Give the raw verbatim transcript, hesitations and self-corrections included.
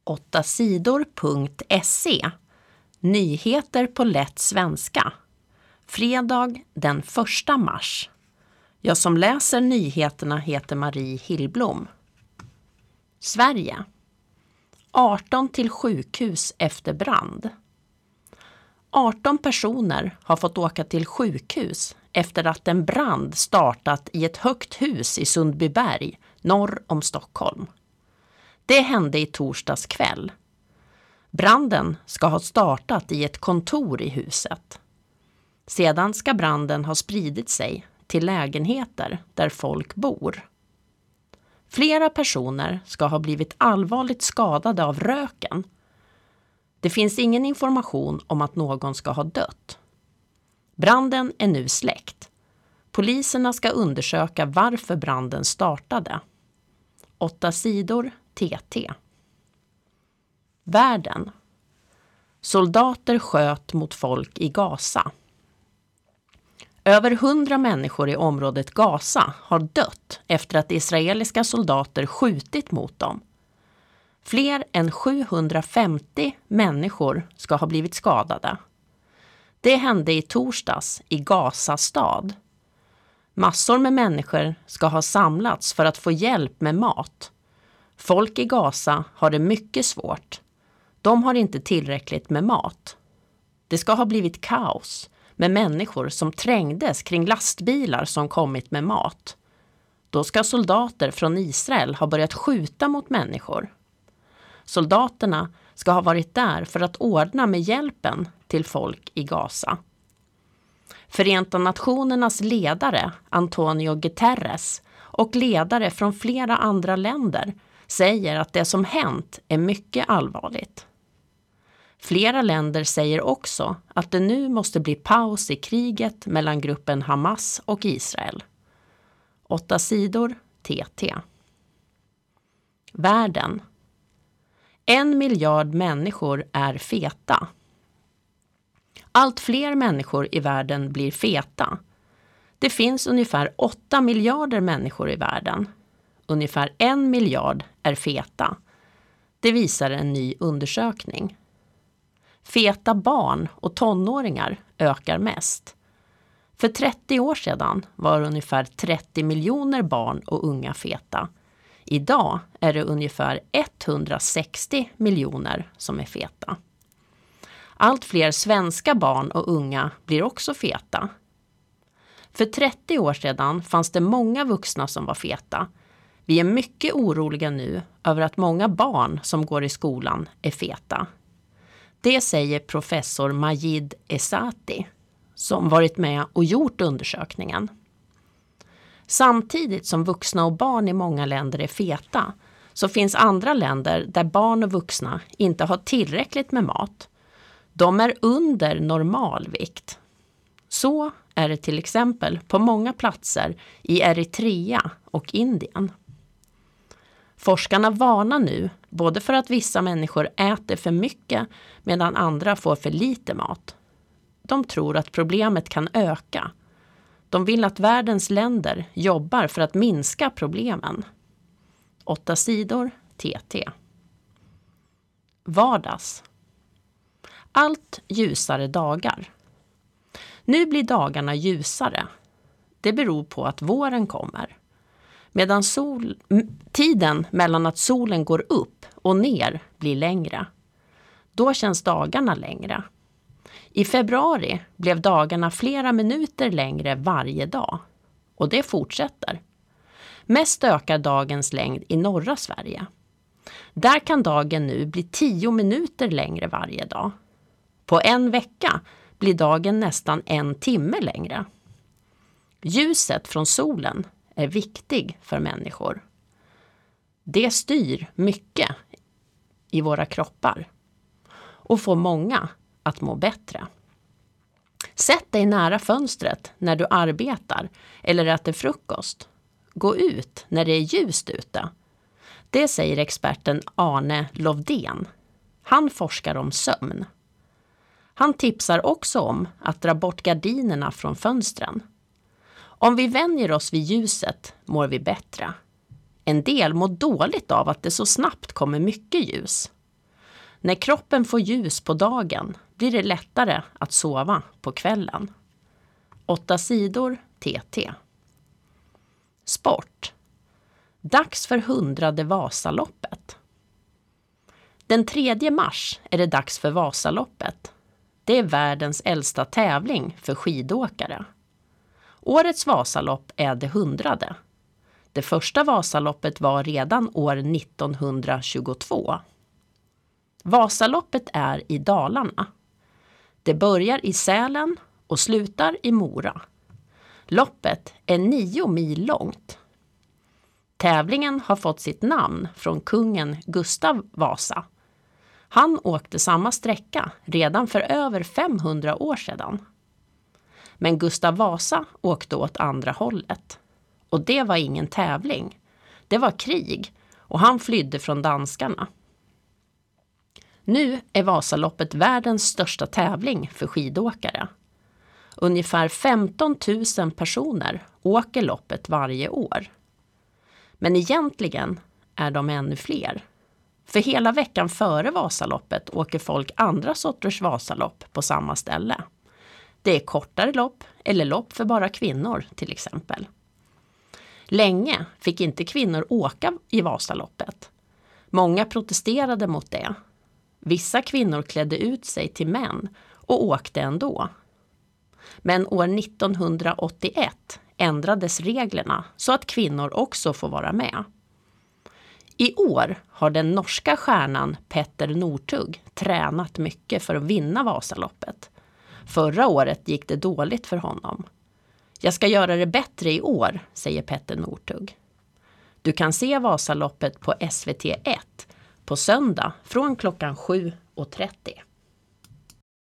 åtta sidor punkt se. Nyheter på lätt svenska. Fredag den första mars. Jag som läser nyheterna heter Marie Hillblom. Sverige. arton till sjukhus efter brand. arton personer har fått åka till sjukhus efter att en brand startat i ett högt hus i Sundbyberg, norr om Stockholm. Det hände i torsdags kväll. Branden ska ha startat i ett kontor i huset. Sedan ska branden ha spridit sig till lägenheter där folk bor. Flera personer ska ha blivit allvarligt skadade av röken. Det finns ingen information om att någon ska ha dött. Branden är nu släckt. Poliserna ska undersöka varför branden startade. Åtta sidor T T. Världen. Soldater sköt mot folk i Gaza. Över hundra människor i området Gaza har dött efter att israeliska soldater skjutit mot dem. Fler än sjuhundrafemtio människor ska ha blivit skadade. Det hände i torsdags i Gaza stad. Massor med människor ska ha samlats för att få hjälp med mat. Folk i Gaza har det mycket svårt. De har inte tillräckligt med mat. Det ska ha blivit kaos med människor som trängdes kring lastbilar som kommit med mat. Då ska soldater från Israel ha börjat skjuta mot människor. Soldaterna ska ha varit där för att ordna med hjälpen till folk i Gaza. Förenta nationernas ledare Antonio Guterres och ledare från flera andra länder säger att det som hänt är mycket allvarligt. Flera länder säger också att det nu måste bli paus i kriget mellan gruppen Hamas och Israel. Åtta sidor T T. Världen. En miljard människor är feta. Allt fler människor i världen blir feta. Det finns ungefär åtta miljarder människor i världen. Ungefär en miljard är feta. Det visar en ny undersökning. Feta barn och tonåringar ökar mest. För trettio år sedan var ungefär trettio miljoner barn och unga feta. Idag är det ungefär etthundrasextio miljoner som är feta. Allt fler svenska barn och unga blir också feta. För trettio år sedan fanns det många vuxna som var feta. Vi är mycket oroliga nu över att många barn som går i skolan är feta. Det säger professor Majid Esati som varit med och gjort undersökningen. Samtidigt som vuxna och barn i många länder är feta så finns andra länder där barn och vuxna inte har tillräckligt med mat. De är under normalvikt. Så är det till exempel på många platser i Eritrea och Indien. Forskarna varnar nu både för att vissa människor äter för mycket medan andra får för lite mat. De tror att problemet kan öka. De vill att världens länder jobbar för att minska problemen. Åtta sidor T T. Vardags. Allt ljusare dagar. Nu blir dagarna ljusare. Det beror på att våren kommer. Medan sol, tiden mellan att solen går upp och ner blir längre. Då känns dagarna längre. I februari blev dagarna flera minuter längre varje dag. Och det fortsätter. Mest ökar dagens längd i norra Sverige. Där kan dagen nu bli tio minuter längre varje dag. På en vecka blir dagen nästan en timme längre. Ljuset från solen är viktig för människor. Det styr mycket i våra kroppar och får många att må bättre. Sätt dig nära fönstret när du arbetar eller äter frukost. Gå ut när det är ljust ute. Det säger experten Arne Lovdén. Han forskar om sömn. Han tipsar också om att dra bort gardinerna från fönstren. Om vi vänjer oss vid ljuset mår vi bättre. En del mår dåligt av att det så snabbt kommer mycket ljus. När kroppen får ljus på dagen blir det lättare att sova på kvällen. Åtta sidor T T. Sport. Dags för hundrade Vasaloppet. Den tredje mars är det dags för Vasaloppet. Det är världens äldsta tävling för skidåkare. Årets Vasalopp är det hundrade. Det första Vasaloppet var redan år nittonhundratjugotvå. Vasaloppet är i Dalarna. Det börjar i Sälen och slutar i Mora. Loppet är nio mil långt. Tävlingen har fått sitt namn från kungen Gustav Vasa. Han åkte samma sträcka redan för över femhundra år sedan. Men Gustav Vasa åkte åt andra hållet. Och det var ingen tävling. Det var krig och han flydde från danskarna. Nu är Vasaloppet världens största tävling för skidåkare. Ungefär femton tusen personer åker loppet varje år. Men egentligen är de ännu fler. För hela veckan före Vasaloppet åker folk andra sorters Vasalopp på samma ställe. Det är kortare lopp eller lopp för bara kvinnor till exempel. Länge fick inte kvinnor åka i Vasaloppet. Många protesterade mot det. Vissa kvinnor klädde ut sig till män och åkte ändå. Men år nittonhundraåttioett ändrades reglerna så att kvinnor också får vara med. I år har den norska stjärnan Petter Northug tränat mycket för att vinna Vasaloppet. Förra året gick det dåligt för honom. Jag ska göra det bättre i år, säger Petter Northug. Du kan se Vasaloppet på S V T ett på söndag från klockan sju och trettio.